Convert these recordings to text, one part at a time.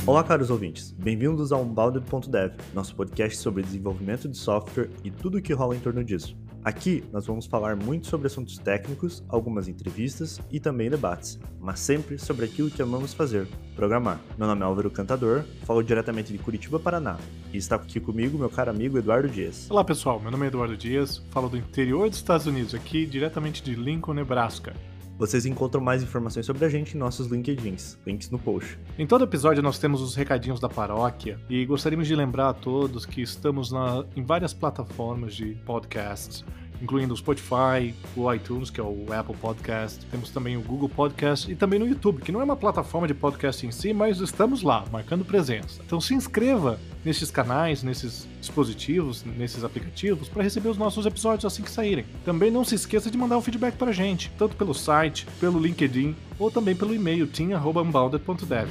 Olá, caros ouvintes. Bem-vindos ao Unbounded.dev, nosso podcast sobre desenvolvimento de software e tudo o que rola em torno disso. Aqui, nós vamos falar muito sobre assuntos técnicos, algumas entrevistas e também debates, mas sempre sobre aquilo que amamos fazer, programar. Meu nome é Álvaro Cantador, falo diretamente de Curitiba, Paraná, e está aqui comigo meu caro amigo Eduardo Dias. Olá pessoal, meu nome é Eduardo Dias, falo do interior dos Estados Unidos, aqui diretamente de Lincoln, Nebraska. Vocês encontram mais informações sobre a gente em nossos LinkedIns, links no post. Em todo episódio nós temos os recadinhos da paróquia e gostaríamos de lembrar a todos que estamos em várias plataformas de podcasts, incluindo o Spotify, o iTunes, que é o Apple Podcast, temos também o Google Podcast e também no YouTube, que não é uma plataforma de podcast em si, mas estamos lá, marcando presença. Então se inscreva nesses canais, nesses dispositivos, nesses aplicativos, para receber os nossos episódios assim que saírem. Também não se esqueça de mandar um feedback para a gente, tanto pelo site, pelo LinkedIn, ou também pelo e-mail team@unbounded.dev.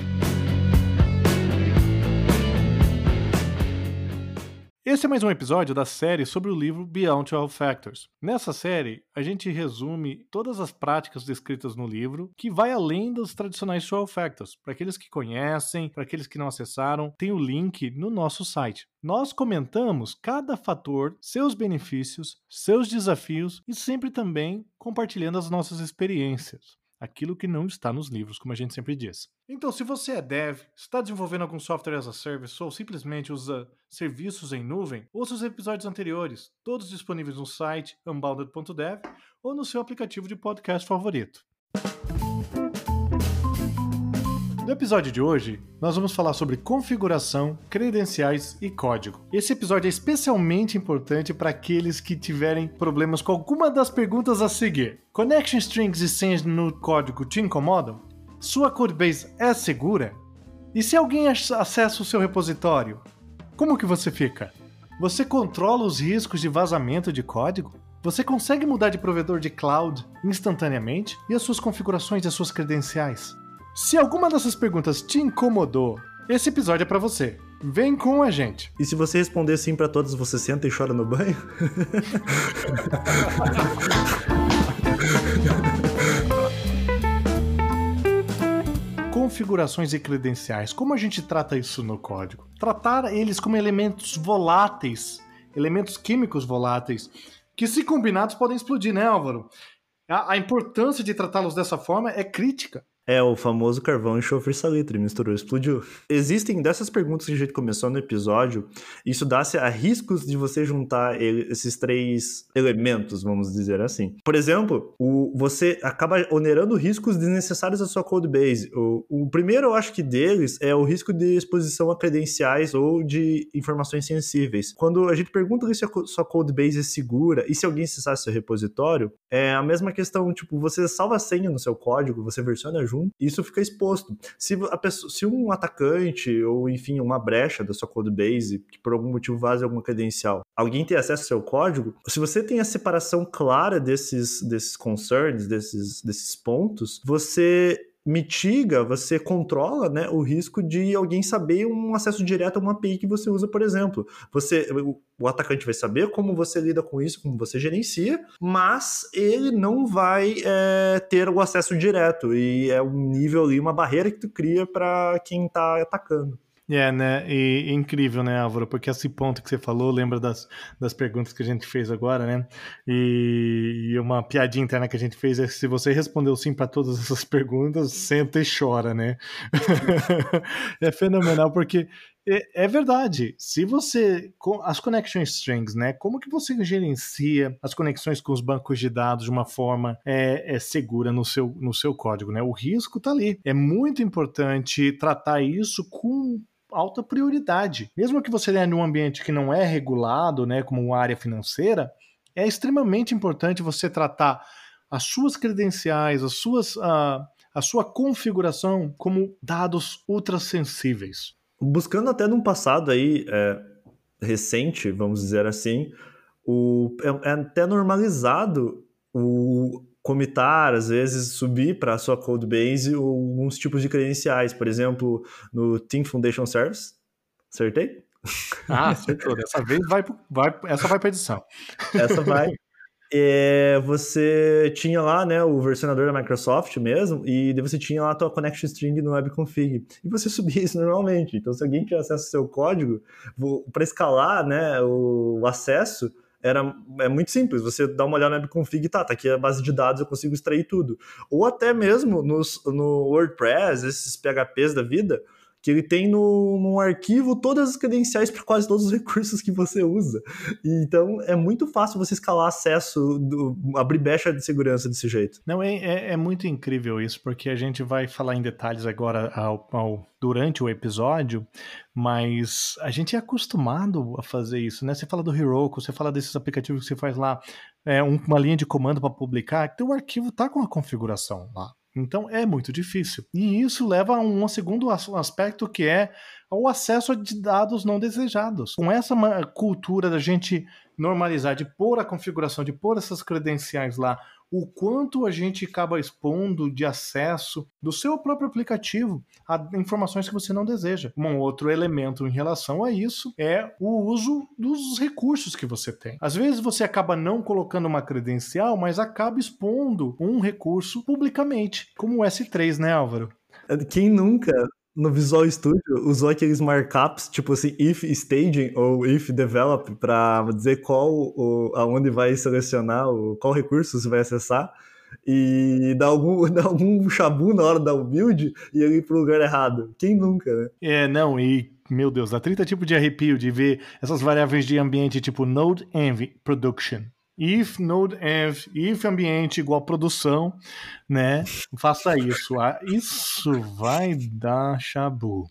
Esse é mais um episódio da série sobre o livro Beyond 12 Factors. Nessa série, a gente resume todas as práticas descritas no livro, que vai além dos tradicionais 12 Factors. Para aqueles que conhecem, para aqueles que não acessaram, tem o link no nosso site. Nós comentamos cada fator, seus benefícios, seus desafios e sempre também compartilhando as nossas experiências. Aquilo que não está nos livros, como a gente sempre diz. Então, se você é dev, está desenvolvendo algum software as a service ou simplesmente usa serviços em nuvem, ouça os episódios anteriores, todos disponíveis no site unbounded.dev ou no seu aplicativo de podcast favorito. No episódio de hoje, nós vamos falar sobre configuração, credenciais e código. Esse episódio é especialmente importante para aqueles que tiverem problemas com alguma das perguntas a seguir. Connection strings e senhas no código te incomodam? Sua codebase é segura? E se alguém acessa o seu repositório? Como que você fica? Você controla os riscos de vazamento de código? Você consegue mudar de provedor de cloud instantaneamente? E as suas configurações e as suas credenciais? Se alguma dessas perguntas te incomodou, esse episódio é pra você. Vem com a gente. E se você responder sim pra todas, você senta e chora no banho? Configurações e credenciais. Como a gente trata isso no código? Tratar eles como elementos voláteis, elementos químicos voláteis, que se combinados podem explodir, né, Álvaro? A importância de tratá-los dessa forma é crítica. É o famoso carvão, enxofre e salitre, misturou, explodiu. Existem dessas perguntas que a gente começou no episódio, isso dá-se a riscos de você juntar esses três elementos, vamos dizer assim. Por exemplo, você acaba onerando riscos desnecessários à sua codebase. O primeiro, eu acho que deles, é o risco de exposição a credenciais ou de informações sensíveis. Quando a gente pergunta se a sua codebase é segura e se alguém acessar seu repositório, é a mesma questão, tipo, você salva a senha no seu código, você versiona junto, isso fica exposto. Se um atacante ou, enfim, uma brecha da sua codebase, que por algum motivo vaza alguma credencial, alguém tem acesso ao seu código, se você tem a separação clara desses concerns, desses pontos, você mitiga, você controla, né, o risco de alguém saber um acesso direto a uma API que você usa, por exemplo. O atacante vai saber como você lida com isso, como você gerencia, mas ele não vai ter o acesso direto, e é um nível ali, uma barreira que tu cria para quem tá atacando. Né? E incrível, né, Álvaro? Porque esse ponto que você falou, lembra das perguntas que a gente fez agora, né? E uma piadinha interna que a gente fez é que se você respondeu sim para todas essas perguntas, senta e chora, né? É fenomenal, porque é verdade. Se você... As connection strings, né? Como que você gerencia as conexões com os bancos de dados de uma forma segura no seu código, né? O risco tá ali. É muito importante tratar isso com alta prioridade. Mesmo que você tenha um ambiente que não é regulado, né, como uma área financeira, é extremamente importante você tratar as suas credenciais, a sua configuração como dados ultrassensíveis. Buscando até num passado aí recente, vamos dizer assim, é até normalizado o comitar, às vezes, subir para a sua codebase alguns tipos de credenciais. Por exemplo, no Team Foundation Service. Acertei? Acertou. Dessa vez essa vai para edição. Essa vai. você tinha lá, né, o versionador da Microsoft mesmo, e daí você tinha lá a tua connection string no webconfig, e você subia isso normalmente. Então, se alguém tinha acesso ao seu código, para escalar, né, o acesso, é muito simples, você dá uma olhada no webconfig e tá aqui a base de dados, eu consigo extrair tudo. Ou até mesmo no WordPress, esses PHPs da vida, que ele tem num arquivo todas as credenciais para quase todos os recursos que você usa. Então, é muito fácil você escalar acesso, abrir brecha de segurança desse jeito. Não, é muito incrível isso, porque a gente vai falar em detalhes agora durante o episódio, mas a gente é acostumado a fazer isso, né? Você fala do Heroku, você fala desses aplicativos que você faz lá, uma linha de comando para publicar, que o arquivo tá com a configuração lá. Então é muito difícil. E isso leva a um segundo aspecto, que é o acesso de dados não desejados. Com essa cultura da gente normalizar, de pôr a configuração, de pôr essas credenciais lá, o quanto a gente acaba expondo de acesso do seu próprio aplicativo a informações que você não deseja. Um outro elemento em relação a isso é o uso dos recursos que você tem. Às vezes você acaba não colocando uma credencial, mas acaba expondo um recurso publicamente, como o S3, né, Álvaro? Quem nunca no Visual Studio usou aqueles markups, tipo assim, if staging ou if develop, para dizer aonde vai selecionar, qual recurso você vai acessar, e dá algum chabu na hora da build e ele ir pro lugar errado. Quem nunca, né? Não, e meu Deus, dá 30 tipos de arrepio de ver essas variáveis de ambiente tipo node env production. If node env, if ambiente igual produção, né? Faça isso. Isso vai dar chabu.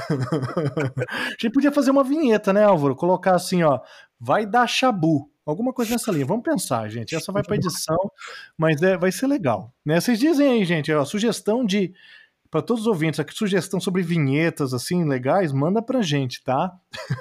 A gente podia fazer uma vinheta, né, Álvaro? Colocar assim, ó, vai dar chabu. Alguma coisa nessa linha. Vamos pensar, gente. Essa vai para edição, mas vai ser legal. Né? Vocês dizem aí, gente, ó, sugestão para todos os ouvintes aqui, sugestão sobre vinhetas assim legais, manda pra gente, tá?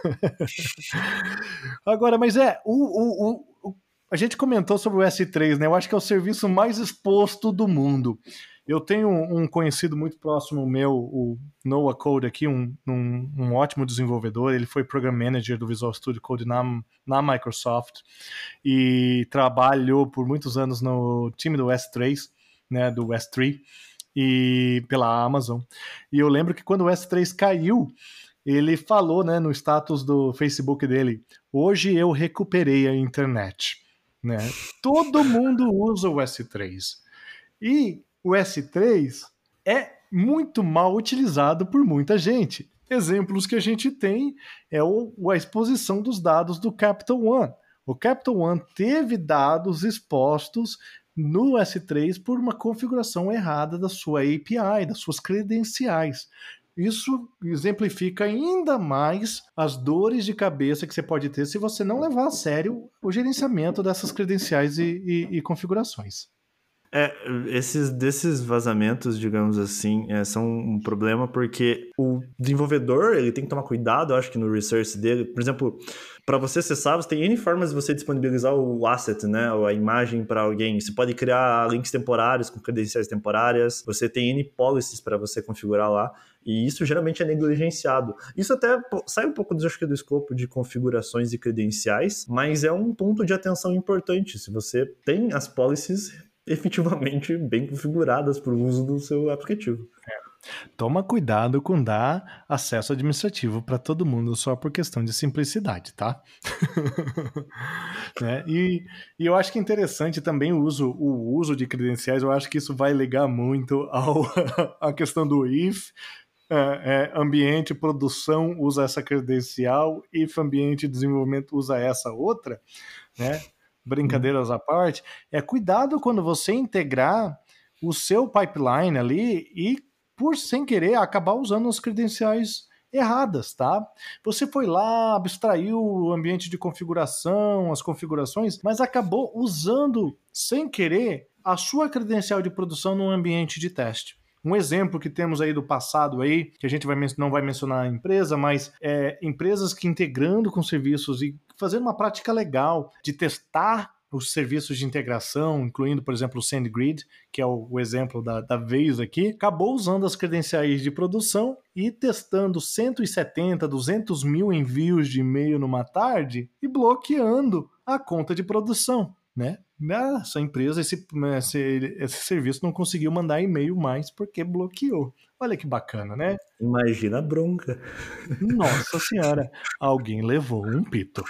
Agora, mas a gente comentou sobre o S3, né? Eu acho que é o serviço mais exposto do mundo. Eu tenho um conhecido muito próximo meu, o Noah Code aqui, um ótimo desenvolvedor. Ele foi Program Manager do Visual Studio Code na Microsoft e trabalhou por muitos anos no time do S3, né? Do S3 e pela Amazon. E eu lembro que quando o S3 caiu, ele falou, né, no status do Facebook dele: hoje eu recuperei a internet. Né? Todo mundo usa o S3. E o S3 é muito mal utilizado por muita gente. Exemplos que a gente tem é a exposição dos dados do Capital One. O Capital One teve dados expostos no S3 por uma configuração errada da sua API, das suas credenciais. Isso exemplifica ainda mais as dores de cabeça que você pode ter se você não levar a sério o gerenciamento dessas credenciais e configurações. Desses vazamentos, digamos assim, são um problema porque o desenvolvedor ele tem que tomar cuidado, eu acho que no research dele. Por exemplo, para você acessar, você tem N formas de você disponibilizar o asset, né, ou a imagem para alguém. Você pode criar links temporários com credenciais temporárias, você tem N policies para você configurar lá, e isso geralmente é negligenciado. Isso até sai um pouco, acho que, do escopo de configurações e credenciais, mas é um ponto de atenção importante. Se você tem as policies efetivamente bem configuradas para o uso do seu aplicativo. Toma cuidado com dar acesso administrativo para todo mundo só por questão de simplicidade, tá? Né? E eu acho que é interessante também o uso de credenciais. Eu acho que isso vai ligar muito à questão do if. Ambiente produção usa essa credencial, if ambiente desenvolvimento usa essa outra, né? Brincadeiras à parte, cuidado quando você integrar o seu pipeline ali e, por sem querer, acabar usando as credenciais erradas, tá? Você foi lá, abstraiu o ambiente de configuração, as configurações, mas acabou usando, sem querer, a sua credencial de produção num ambiente de teste. Um exemplo que temos aí do passado aí, que a gente não vai mencionar a empresa, mas empresas que integrando com serviços e fazendo uma prática legal de testar os serviços de integração, incluindo, por exemplo, o SendGrid, que é o exemplo da vez aqui, acabou usando as credenciais de produção e testando 170, 200 mil envios de e-mail numa tarde e bloqueando a conta de produção, né? Nessa empresa, esse serviço não conseguiu mandar e-mail mais porque bloqueou. Olha que bacana, né? Imagina a bronca. Nossa senhora, alguém levou um pito.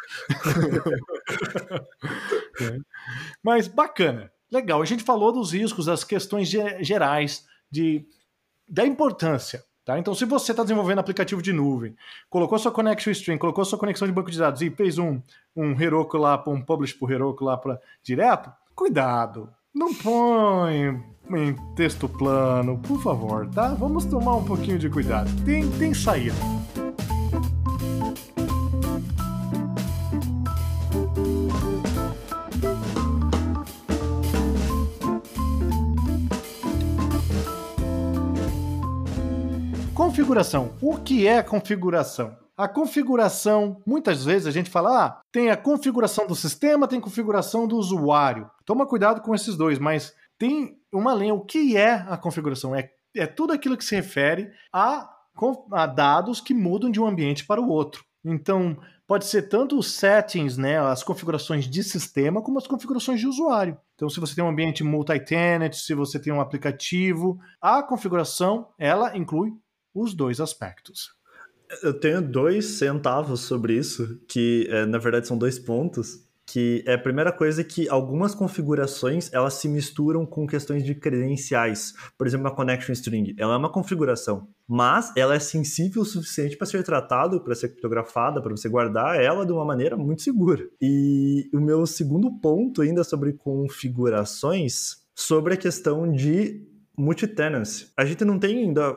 Mas bacana, legal. A gente falou dos riscos, das questões gerais, da importância. Tá? Então, se você está desenvolvendo aplicativo de nuvem, colocou sua connection string, colocou sua conexão de banco de dados e fez um Heroku lá, um publish por Heroku lá direto, cuidado. Não põe em texto plano, por favor, tá? Vamos tomar um pouquinho de cuidado. Tem saída. Configuração. O que é configuração? A configuração, muitas vezes a gente fala, tem a configuração do sistema, tem a configuração do usuário. Toma cuidado com esses dois, mas tem uma linha. O que é a configuração? É tudo aquilo que se refere a dados que mudam de um ambiente para o outro. Então, pode ser tanto os settings, né, as configurações de sistema, como as configurações de usuário. Então, se você tem um ambiente multi-tenant, se você tem um aplicativo, a configuração, ela inclui os dois aspectos. Eu tenho 2 centavos sobre isso, que na verdade são 2 pontos, que a primeira coisa é que algumas configurações elas se misturam com questões de credenciais. Por exemplo, a connection string, ela é uma configuração, mas ela é sensível o suficiente para ser tratado, para ser criptografada, para você guardar ela de uma maneira muito segura. E o meu segundo ponto ainda sobre configurações, sobre a questão de multi-tenancy. A gente não tem ainda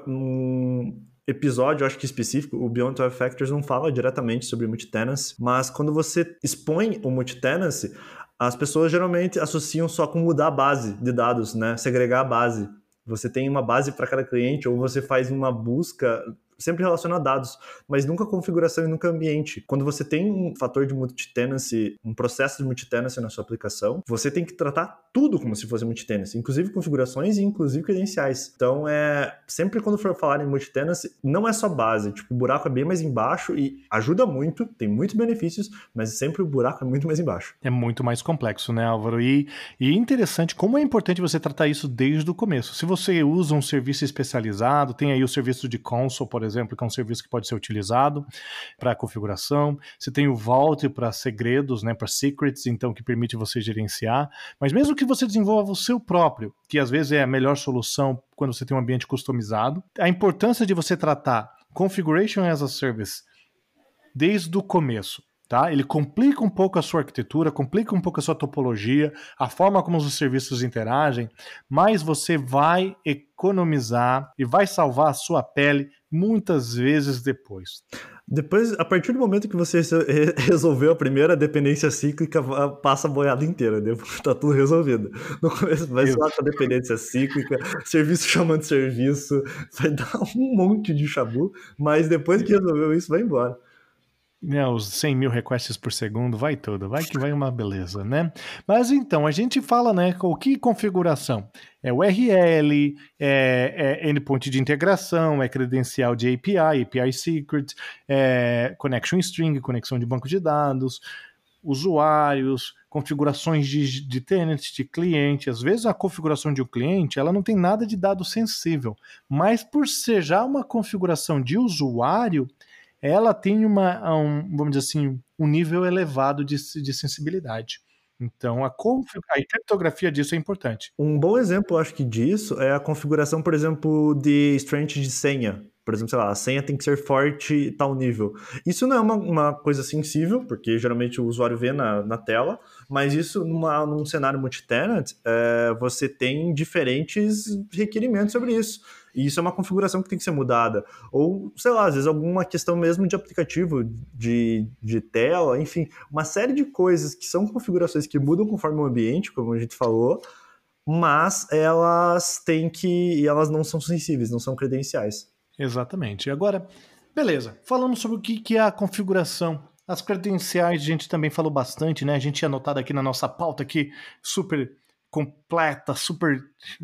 um episódio, acho que específico, o Beyond 12 Factors não fala diretamente sobre multi-tenancy, mas quando você expõe o multi-tenancy, as pessoas geralmente associam só com mudar a base de dados, né? Segregar a base. Você tem uma base para cada cliente, ou você faz uma busca sempre relaciona a dados, mas nunca configuração e nunca ambiente. Quando você tem um fator de multi-tenancy, um processo de multi-tenancy na sua aplicação, você tem que tratar tudo como se fosse multi-tenancy, inclusive configurações e inclusive credenciais. Então, sempre quando for falar em multi-tenancy, não é só base, tipo, o buraco é bem mais embaixo e ajuda muito, tem muitos benefícios, mas sempre o buraco é muito mais embaixo. É muito mais complexo, né, Álvaro? E interessante como é importante você tratar isso desde o começo. Se você usa um serviço especializado, tem aí o serviço de console, por exemplo, que é um serviço que pode ser utilizado para configuração. Você tem o Vault para segredos, né, para secrets, então que permite você gerenciar. Mas mesmo que você desenvolva o seu próprio, que às vezes é a melhor solução quando você tem um ambiente customizado, a importância de você tratar Configuration as a Service desde o começo. Tá? Ele complica um pouco a sua arquitetura, complica um pouco a sua topologia, a forma como os serviços interagem, mas você vai economizar e vai salvar a sua pele muitas vezes depois. Depois, a partir do momento que você resolveu a primeira dependência cíclica, passa a boiada inteira, né? Tá tudo resolvido. No começo vai ser a dependência cíclica, serviço chamando serviço, vai dar um monte de chabu, mas depois que resolveu isso, vai embora. Os 100 mil requests por segundo, vai tudo, vai que vai uma beleza, né? Mas então, a gente fala, né, o que configuração? É URL, é endpoint de integração, é credencial de API, API secret, é connection string, conexão de banco de dados, usuários, configurações de tenant, de cliente. Às vezes a configuração de um cliente, ela não tem nada de dado sensível, mas por ser já uma configuração de usuário, ela tem vamos dizer assim, um nível elevado de sensibilidade. Então, a criptografia disso é importante. Um bom exemplo, acho que disso, é a configuração, por exemplo, de strength de senha. Por exemplo, sei lá, a senha tem que ser forte tal nível. Isso não é uma coisa sensível, porque geralmente o usuário vê na tela, mas isso num cenário multi-tenant, você tem diferentes requerimentos sobre isso. E isso é uma configuração que tem que ser mudada. Ou, sei lá, às vezes alguma questão mesmo de aplicativo, de tela, enfim, uma série de coisas que são configurações que mudam conforme o ambiente, como a gente falou, mas elas não são sensíveis, não são credenciais. Exatamente. Agora, beleza, falando sobre o que é a configuração. As credenciais a gente também falou bastante, né? A gente tinha anotado aqui na nossa pauta aqui, super completa, super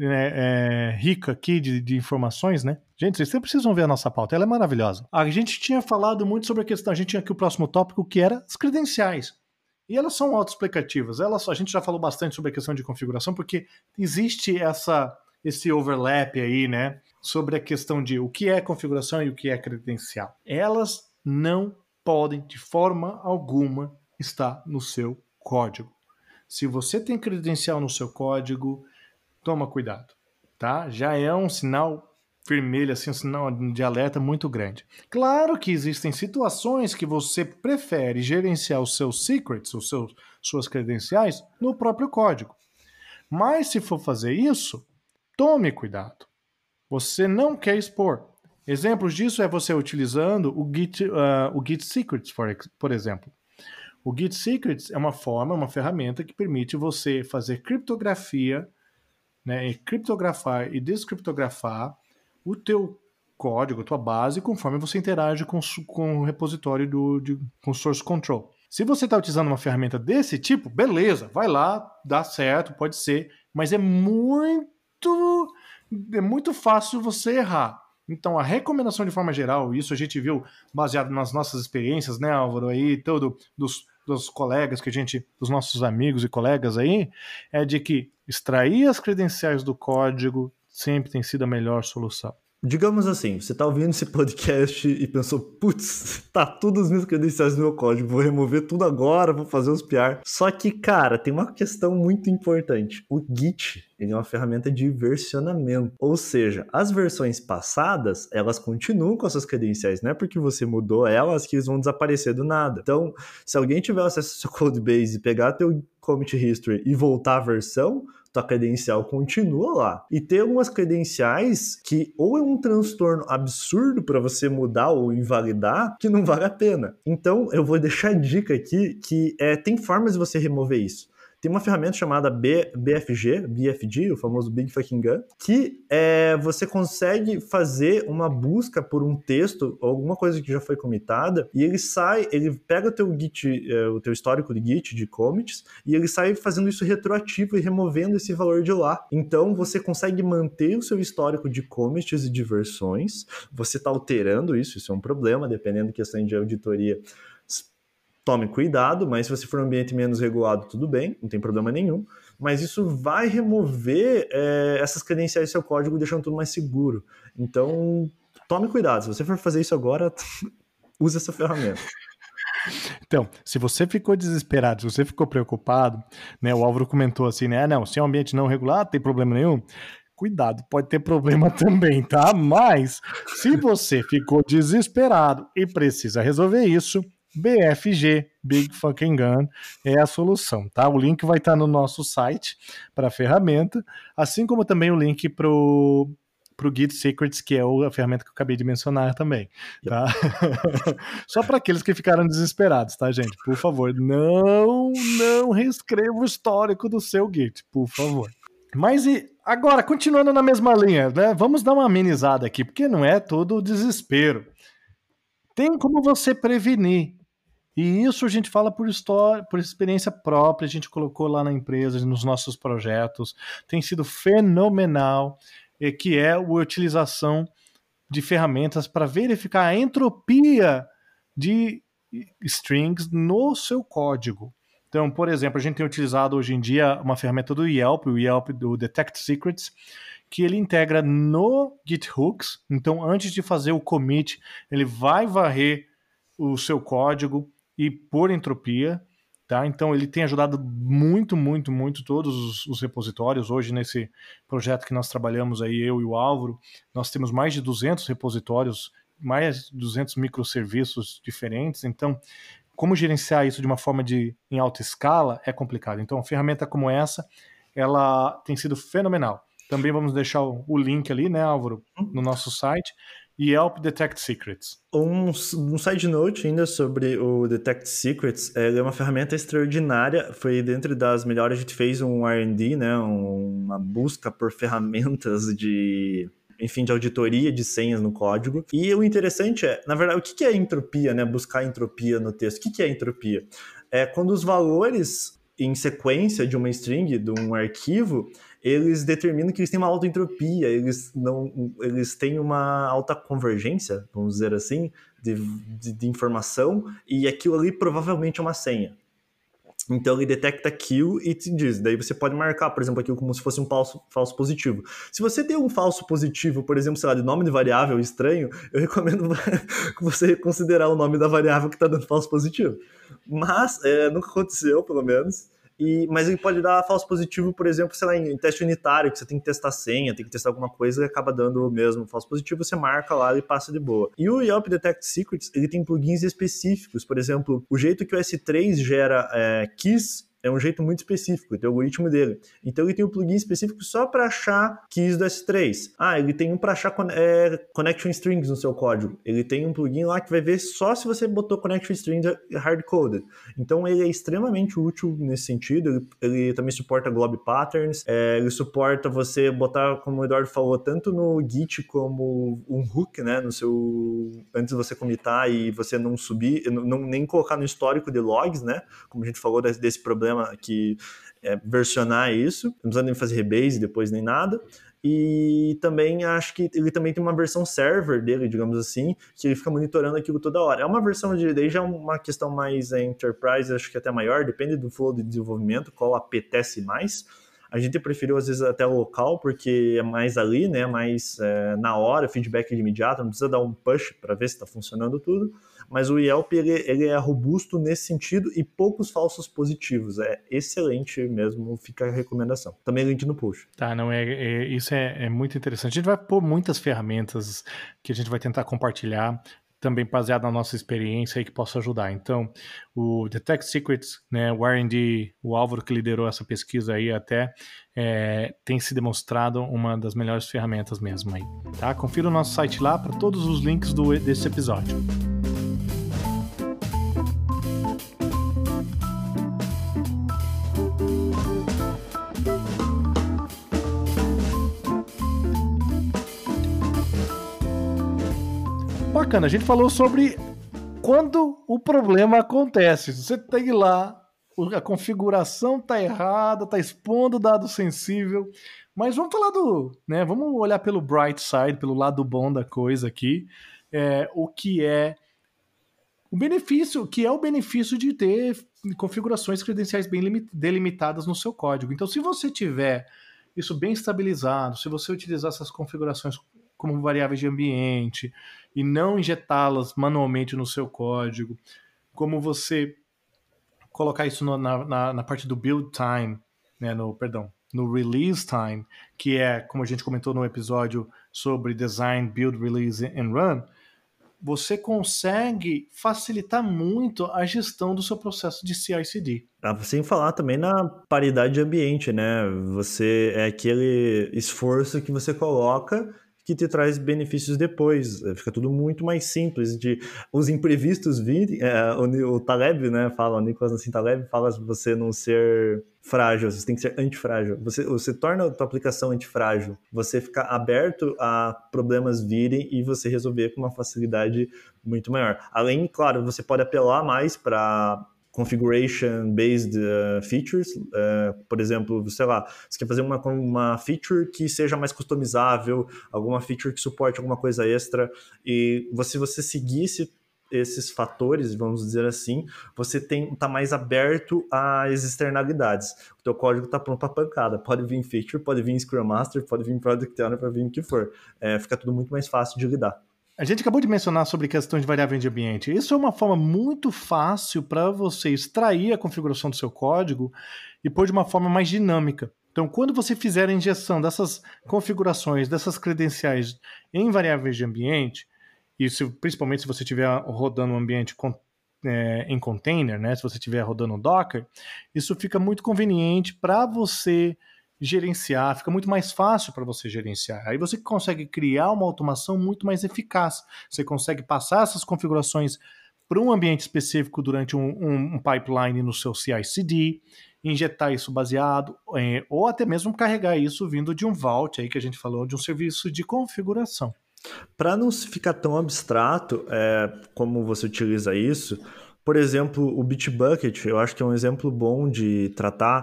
rica aqui de informações, né? Gente, vocês sempre precisam ver a nossa pauta, ela é maravilhosa. A gente tinha falado muito sobre a questão, a gente tinha aqui o próximo tópico, que era as credenciais. E elas são autoexplicativas. A gente já falou bastante sobre a questão de configuração, porque existe esse overlap aí, né? Sobre a questão de o que é configuração e o que é credencial. Elas não podem, de forma alguma, estar no seu código. Se você tem credencial no seu código, toma cuidado, tá? Já é um sinal vermelho, assim, um sinal de alerta muito grande. Claro que existem situações que você prefere gerenciar os seus secrets, suas credenciais, no próprio código. Mas se for fazer isso, tome cuidado. Você não quer expor. Exemplos disso é você utilizando o Git Secrets, por exemplo. O Git Secrets é uma ferramenta que permite você fazer criptografia, né, criptografar e descriptografar o teu código, a tua base, conforme você interage com o repositório com o Source Control. Se você está utilizando uma ferramenta desse tipo, beleza, vai lá, dá certo, pode ser, mas é muito fácil você errar. Então, a recomendação de forma geral, isso a gente viu baseado nas nossas experiências, né, Álvaro, aí, dos colegas dos nossos amigos e colegas aí, é de que extrair as credenciais do código sempre tem sido a melhor solução. Digamos assim, você tá ouvindo esse podcast e pensou, putz, tá tudo as minhas credenciais no meu código, vou remover tudo agora, vou fazer os PR. Só que, cara, tem uma questão muito importante. O Git, ele é uma ferramenta de versionamento. Ou seja, as versões passadas, elas continuam com as suas credenciais. Não é porque você mudou elas que eles vão desaparecer do nada. Então, se alguém tiver acesso ao seu codebase e pegar teu commit history e voltar a versão, tua credencial continua lá. E tem algumas credenciais que ou é um transtorno absurdo para você mudar ou invalidar, que não vale a pena. Então, eu vou deixar a dica aqui que tem formas de você remover isso. Tem uma ferramenta chamada BFG, o famoso Big Fucking Gun, que você consegue fazer uma busca por um texto ou alguma coisa que já foi commitada, e ele pega o teu Git, o teu histórico de Git, de commits, e ele sai fazendo isso retroativo e removendo esse valor de lá. Então, você consegue manter o seu histórico de commits e de versões, você está alterando isso é um problema, dependendo da questão de auditoria. Tome cuidado, mas se você for um ambiente menos regulado, tudo bem, não tem problema nenhum. Mas isso vai remover essas credenciais do seu código, deixando tudo mais seguro. Então, tome cuidado. Se você for fazer isso agora, use essa ferramenta. Então, se você ficou desesperado, se você ficou preocupado, né, o Álvaro comentou assim, né, não, se é um ambiente não regulado, não tem problema nenhum. Cuidado, pode ter problema também, tá? Mas, se você ficou desesperado e precisa resolver isso, BFG, Big Fucking Gun, é a solução, tá? O link vai estar no nosso site para a ferramenta, assim como também o link pro Git Secrets, que é a ferramenta que eu acabei de mencionar também, tá? Só para aqueles que ficaram desesperados, tá, gente? Por favor, não reescreva o histórico do seu Git, por favor. Mas e agora, continuando na mesma linha, né? Vamos dar uma amenizada aqui, porque não é todo desespero. Tem como você prevenir. E isso a gente fala por experiência própria, a gente colocou lá na empresa, nos nossos projetos. Tem sido fenomenal, que é a utilização de ferramentas para verificar a entropia de strings no seu código. Então, por exemplo, a gente tem utilizado hoje em dia uma ferramenta do Yelp, o Yelp do Detect Secrets, que ele integra no GitHooks. Então, antes de fazer o commit, ele vai varrer o seu código e por entropia, tá? Então, ele tem ajudado muito todos os repositórios. Hoje, nesse projeto que nós trabalhamos aí, eu e o Álvaro, nós temos mais de 200 repositórios, mais de 200 microserviços diferentes. Então, como gerenciar isso de uma forma em alta escala é complicado. Então, uma ferramenta como essa, ela tem sido fenomenal. Também vamos deixar o link ali, né, Álvaro, no nosso site, Yelp Detect Secrets. Um side note ainda sobre o Detect Secrets, ele é uma ferramenta extraordinária, foi dentro das melhores, a gente fez um R&D, né, uma busca por ferramentas de auditoria de senhas no código. E o interessante na verdade, o que é entropia, né? Buscar entropia no texto. O que é entropia? É quando os valores em sequência de uma string, de um arquivo, eles determinam que eles têm uma alta entropia, eles têm uma alta convergência, vamos dizer assim, de informação, e aquilo ali provavelmente é uma senha. Então ele detecta aquilo e te diz. Daí você pode marcar, por exemplo, aquilo como se fosse um falso positivo. Se você tem um falso positivo, por exemplo, sei lá, de nome de variável estranho, eu recomendo você considerar o nome da variável que está dando falso positivo. Mas nunca aconteceu, pelo menos. Mas ele pode dar falso positivo, por exemplo, sei lá, em teste unitário, que você tem que testar senha, tem que testar alguma coisa e acaba dando mesmo falso positivo, você marca lá e passa de boa. E o Yelp Detect Secrets, ele tem plugins específicos, por exemplo, o jeito que o S3 gera keys é um jeito muito específico, tem o algoritmo dele. Então ele tem um plugin específico só para achar keys do S3. Ele tem um para achar connection strings no seu código. Ele tem um plugin lá que vai ver só se você botou connection strings hard-coded. Então ele é extremamente útil nesse sentido. Ele também suporta glob patterns. Ele suporta você botar, como o Eduardo falou, tanto no Git como um hook, né, no seu antes de você commitar e você não subir, nem colocar no histórico de logs, né, como a gente falou desse problema que versionar isso, não precisa nem fazer rebase depois nem nada. E também acho que ele também tem uma versão server dele, digamos assim, que ele fica monitorando aquilo toda hora. É uma versão daí já é uma questão mais enterprise, acho que até maior, depende do flow de desenvolvimento, qual apetece mais. A gente preferiu às vezes até local, porque é mais ali, né, mais na hora, feedback de imediato, não precisa dar um push para ver se está funcionando tudo. Mas o Yelp, ele é robusto nesse sentido e poucos falsos positivos. É excelente mesmo, fica a recomendação. Também link no post. Tá, não, isso é muito interessante. A gente vai pôr muitas ferramentas que a gente vai tentar compartilhar, também baseado na nossa experiência aí, que possa ajudar. Então, o Detect Secrets, né, o R&D, o Álvaro que liderou essa pesquisa aí até, tem se demonstrado uma das melhores ferramentas mesmo aí, tá? Confira o nosso site lá para todos os links desse episódio. Bacana, a gente falou sobre quando o problema acontece. Você tem lá, a configuração tá errada, tá expondo dado sensível, mas vamos falar vamos olhar pelo bright side, pelo lado bom da coisa aqui, o que é o benefício de ter configurações credenciais bem delimitadas no seu código. Então, se você tiver isso bem estabilizado, se você utilizar essas configurações como variáveis de ambiente e não injetá-las manualmente no seu código, como você colocar isso na parte do build time, né, no release time, que é, como a gente comentou no episódio sobre design, build, release and run, você consegue facilitar muito a gestão do seu processo de CI/CD. Sem falar também na paridade de ambiente, né? É aquele esforço que você coloca que te traz benefícios depois. Fica tudo muito mais simples de os imprevistos virem. O Taleb, né, o Nicolas Nassim Taleb fala de você não ser frágil, você tem que ser antifrágil. Você torna a tua aplicação antifrágil, você fica aberto a problemas virem e você resolver com uma facilidade muito maior. Além, claro, você pode apelar mais para configuration-based features, por exemplo, sei lá, você quer fazer uma feature que seja mais customizável, alguma feature que suporte alguma coisa extra, e se você seguisse esses fatores, vamos dizer assim, você tá mais aberto às externalidades. O teu código está pronto para pancada. Pode vir feature, pode vir Scrum Master, pode vir Product Owner, pode vir o que for. Fica tudo muito mais fácil de lidar. A gente acabou de mencionar sobre questões de variável de ambiente. Isso é uma forma muito fácil para você extrair a configuração do seu código e pôr de uma forma mais dinâmica. Então, quando você fizer a injeção dessas configurações, dessas credenciais em variáveis de ambiente, e principalmente se você estiver rodando um ambiente em container, né? Se você estiver rodando Docker, isso fica muito conveniente para você gerenciar, fica muito mais fácil para você gerenciar. Aí você consegue criar uma automação muito mais eficaz. Você consegue passar essas configurações para um ambiente específico durante um pipeline no seu CI/CD, injetar isso baseado, ou até mesmo carregar isso vindo de um vault aí que a gente falou, de um serviço de configuração. Para não ficar tão abstrato como você utiliza isso, por exemplo, o Bitbucket, eu acho que é um exemplo bom de tratar,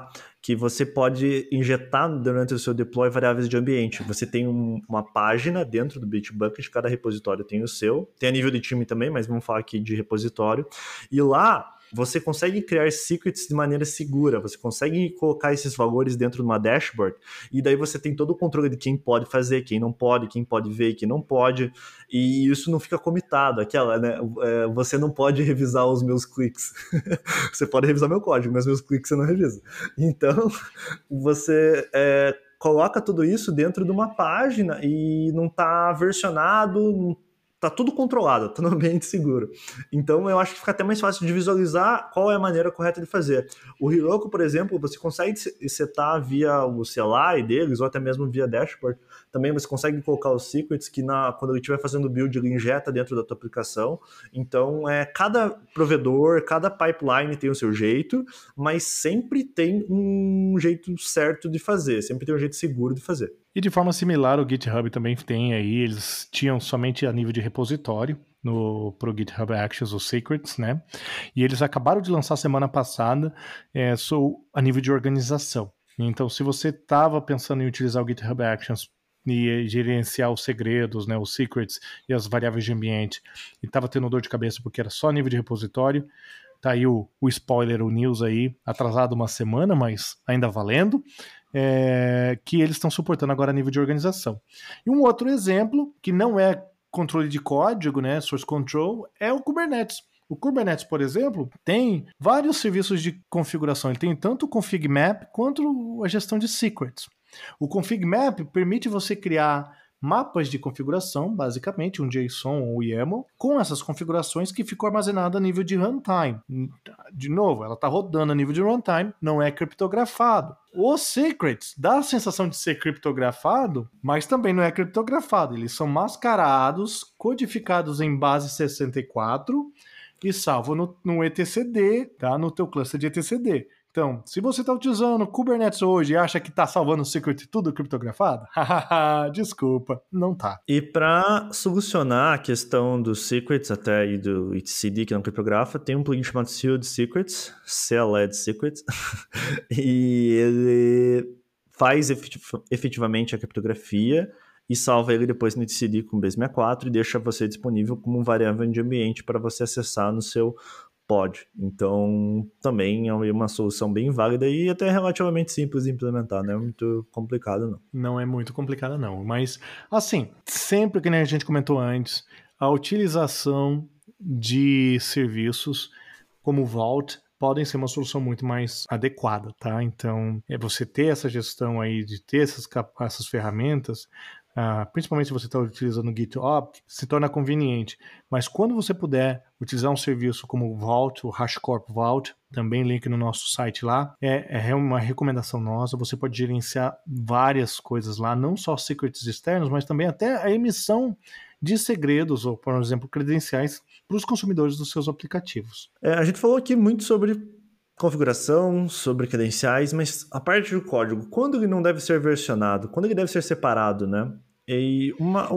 que você pode injetar durante o seu deploy variáveis de ambiente. Você tem uma página dentro do Bitbucket, cada repositório tem o seu, tem a nível de time também, mas vamos falar aqui de repositório, e lá você consegue criar secrets de maneira segura, você consegue colocar esses valores dentro de uma dashboard, e daí você tem todo o controle de quem pode fazer, quem pode ver, quem não pode, e isso não fica comitado, aquela, né, você não pode revisar os meus cliques, você pode revisar meu código, mas meus cliques você não revisa. Então, você coloca tudo isso dentro de uma página e não está versionado, tá tudo controlado, tá no ambiente seguro. Então eu acho que fica até mais fácil de visualizar qual é a maneira correta de fazer. O Heroku, por exemplo, você consegue setar via o CLI deles, ou até mesmo via dashboard. Também você consegue colocar os secrets que quando ele estiver fazendo o build, ele injeta dentro da tua aplicação. Então, cada provedor, cada pipeline tem o seu jeito, mas sempre tem um jeito certo de fazer, sempre tem um jeito seguro de fazer. E de forma similar, o GitHub também tem aí, eles tinham somente a nível de repositório pro GitHub Actions, os secrets, né? E eles acabaram de lançar semana passada a nível de organização. Então, se você estava pensando em utilizar o GitHub Actions e gerenciar os segredos, né, os secrets e as variáveis de ambiente, e estava tendo dor de cabeça porque era só nível de repositório, tá aí o spoiler, o news aí, atrasado uma semana, mas ainda valendo, que eles estão suportando agora a nível de organização. E um outro exemplo, que não é controle de código, né, source control, é o Kubernetes. O Kubernetes, por exemplo, tem vários serviços de configuração. Ele tem tanto o config map quanto a gestão de secrets. O config map permite você criar mapas de configuração, basicamente um JSON ou YAML, com essas configurações que ficam armazenadas a nível de runtime. De novo, ela está rodando a nível de runtime, não é criptografado. Os secrets dá a sensação de ser criptografado, mas também não é criptografado. Eles são mascarados, codificados em base 64 e salvo no etcd, tá? No teu cluster de etcd. Então, se você está utilizando Kubernetes hoje e acha que está salvando o secret tudo criptografado, desculpa, não tá. E para solucionar a questão dos secrets até aí do etcd que não criptografa, tem um plugin chamado Sealed Secrets, Sealed Secrets, e ele faz efetivamente a criptografia e salva ele depois no etcd com base64 e deixa você disponível como variável de ambiente para você acessar no seu pod. Então, também é uma solução bem válida e até relativamente simples de implementar, não é muito complicado, não. Não é muito complicado, não. Mas, assim, sempre que a gente comentou antes, a utilização de serviços como Vault podem ser uma solução muito mais adequada, tá? Então, você ter essa gestão aí, de ter essas ferramentas, principalmente se você está utilizando o GitOps, se torna conveniente. Mas quando você puder utilizar um serviço como o Vault, o HashiCorp Vault, também link no nosso site lá, é uma recomendação nossa. Você pode gerenciar várias coisas lá, não só secrets externos, mas também até a emissão de segredos ou, por exemplo, credenciais para os consumidores dos seus aplicativos. A gente falou aqui muito sobre configuração, sobre credenciais, mas a parte do código, quando ele não deve ser versionado, quando ele deve ser separado, né? E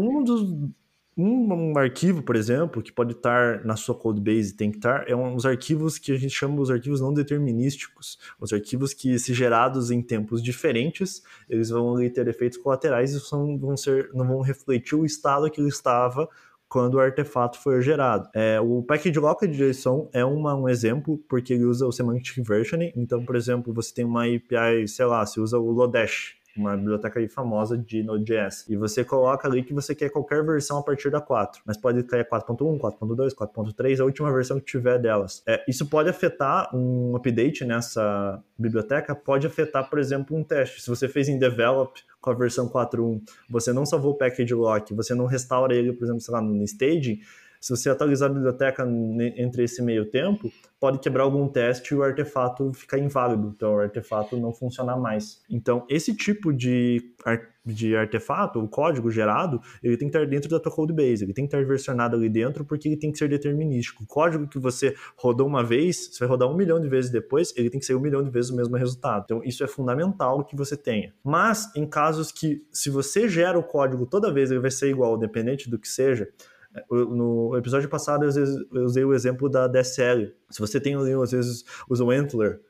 um arquivo, por exemplo, que pode estar na sua codebase, tem que estar, uns arquivos que a gente chama os arquivos não determinísticos, os arquivos que, se gerados em tempos diferentes, eles vão ter efeitos colaterais e não vão refletir o estado que ele estava quando o artefato foi gerado. O package locker de JSON é um exemplo, porque ele usa o semantic versioning. Então, por exemplo, você tem uma API, sei lá, você usa o Lodash, uma biblioteca aí famosa de Node.js, e você coloca ali que você quer qualquer versão a partir da 4, mas pode cair 4.1, 4.2, 4.3, a última versão que tiver delas. Isso pode afetar um update nessa biblioteca, pode afetar, por exemplo, um teste. Se você fez em develop com a versão 4.1, você não salvou o package lock, você não restaura ele, por exemplo, sei lá, no staging, se você atualizar a biblioteca entre esse meio tempo, pode quebrar algum teste e o artefato ficar inválido, então o artefato não funcionar mais. Então, esse tipo de artefato, o código gerado, ele tem que estar dentro da tua codebase, ele tem que estar versionado ali dentro porque ele tem que ser determinístico. O código que você rodou uma vez, você vai rodar 1 milhão de vezes depois, ele tem que ser 1 milhão de vezes o mesmo resultado. Então, isso é fundamental que você tenha. Mas, em casos que, se você gera o código toda vez, ele vai ser igual, independente do que seja. No episódio passado eu usei o exemplo da DSL. Se você tem ali, às vezes, usa o Antler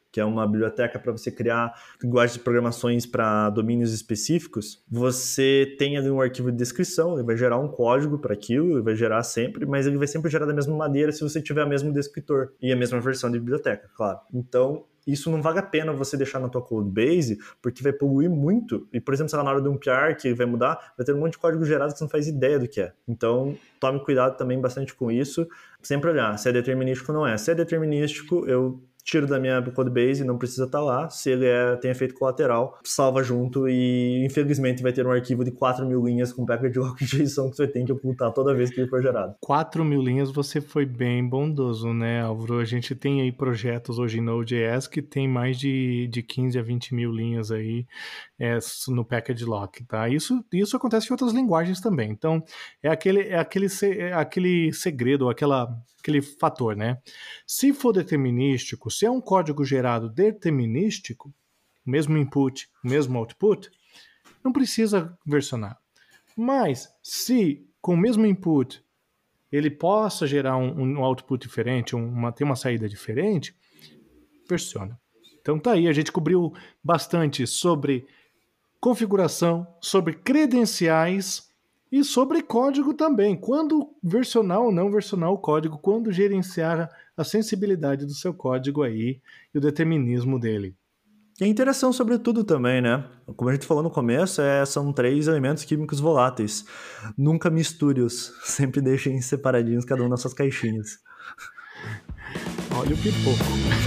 que é uma biblioteca para você criar linguagens de programações para domínios específicos, você tem ali um arquivo de descrição, ele vai gerar um código para aquilo, ele vai gerar sempre, mas ele vai sempre gerar da mesma maneira se você tiver o mesmo descritor e a mesma versão de biblioteca, claro. Então, isso não vale a pena você deixar na tua codebase, porque vai poluir muito. E, por exemplo, se na hora de um PR que vai mudar, vai ter um monte de código gerado que você não faz ideia do que é. Então, tome cuidado também bastante com isso. Sempre olhar se é determinístico ou não é. Se é determinístico, eu tiro da minha codebase, não precisa estar lá. Se ele tem efeito colateral, salva junto e, infelizmente, vai ter um arquivo de 4.000 linhas com package.json que você tem que ocultar toda vez que ele for gerado. 4.000 linhas, você foi bem bondoso, né, Álvaro? A gente tem aí projetos hoje em Node.js que tem mais de 15 a 20 mil linhas aí no package lock, tá? Isso acontece em outras linguagens também. Então, é aquele segredo, aquele fator, né? Se for determinístico, se é um código gerado determinístico, o mesmo input, o mesmo output, não precisa versionar. Mas, se com o mesmo input ele possa gerar um output diferente, ter uma saída diferente, versiona. Então tá aí, a gente cobriu bastante sobre configuração, sobre credenciais e sobre código também. Quando versionar ou não versionar o código, quando gerenciar a sensibilidade do seu código aí e o determinismo dele. E a interação sobre tudo também, né? Como a gente falou no começo, são 3 elementos químicos voláteis. Nunca misture-os. Sempre deixem separadinhos cada um nas suas caixinhas. Olha o pipoco.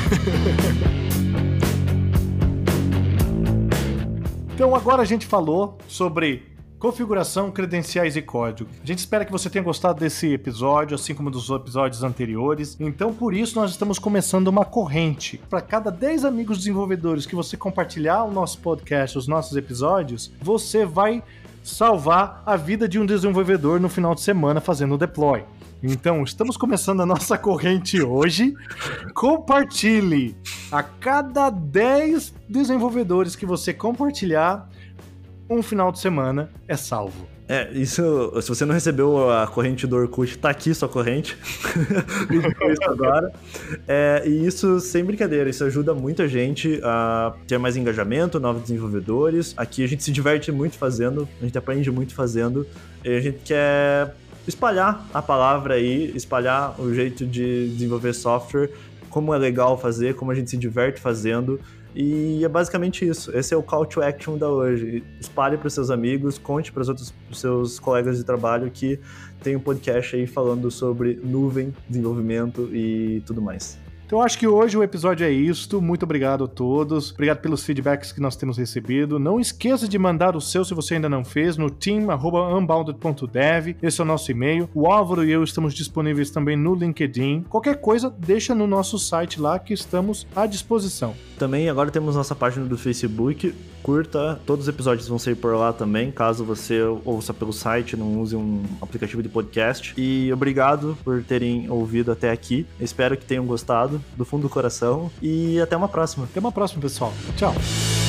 Então agora a gente falou sobre configuração, credenciais e código. A gente espera que você tenha gostado desse episódio, assim como dos episódios anteriores. Então, por isso, nós estamos começando uma corrente. Para cada 10 amigos desenvolvedores que você compartilhar o nosso podcast, os nossos episódios, você vai salvar a vida de um desenvolvedor no final de semana fazendo o deploy. Então, estamos começando a nossa corrente hoje. Compartilhe! A cada 10 desenvolvedores que você compartilhar, um final de semana é salvo. Isso, se você não recebeu a corrente do Orkut, tá aqui sua corrente. Isso agora. E isso, sem brincadeira, isso ajuda muita gente a ter mais engajamento, novos desenvolvedores. Aqui a gente se diverte muito fazendo, a gente aprende muito fazendo, e a gente quer espalhar a palavra aí, espalhar o jeito de desenvolver software, como é legal fazer, como a gente se diverte fazendo. E é basicamente isso. Esse é o call to action da hoje. Espalhe para os seus amigos, conte para os seus colegas de trabalho que tem um podcast aí falando sobre nuvem, desenvolvimento e tudo mais. Então acho que hoje o episódio é isto. Muito obrigado a todos. Obrigado pelos feedbacks que nós temos recebido. Não esqueça de mandar o seu, se você ainda não fez, no team@unbounded.dev. Esse é o nosso e-mail. O Álvaro e eu estamos disponíveis também no LinkedIn. Qualquer coisa, deixa no nosso site lá que estamos à disposição. Também agora temos nossa página do Facebook. Curta, todos os episódios vão sair por lá também, caso você ouça pelo site, não use um aplicativo de podcast. E obrigado por terem ouvido até aqui. Espero que tenham gostado do fundo do coração e até uma próxima. Até uma próxima, pessoal. Tchau.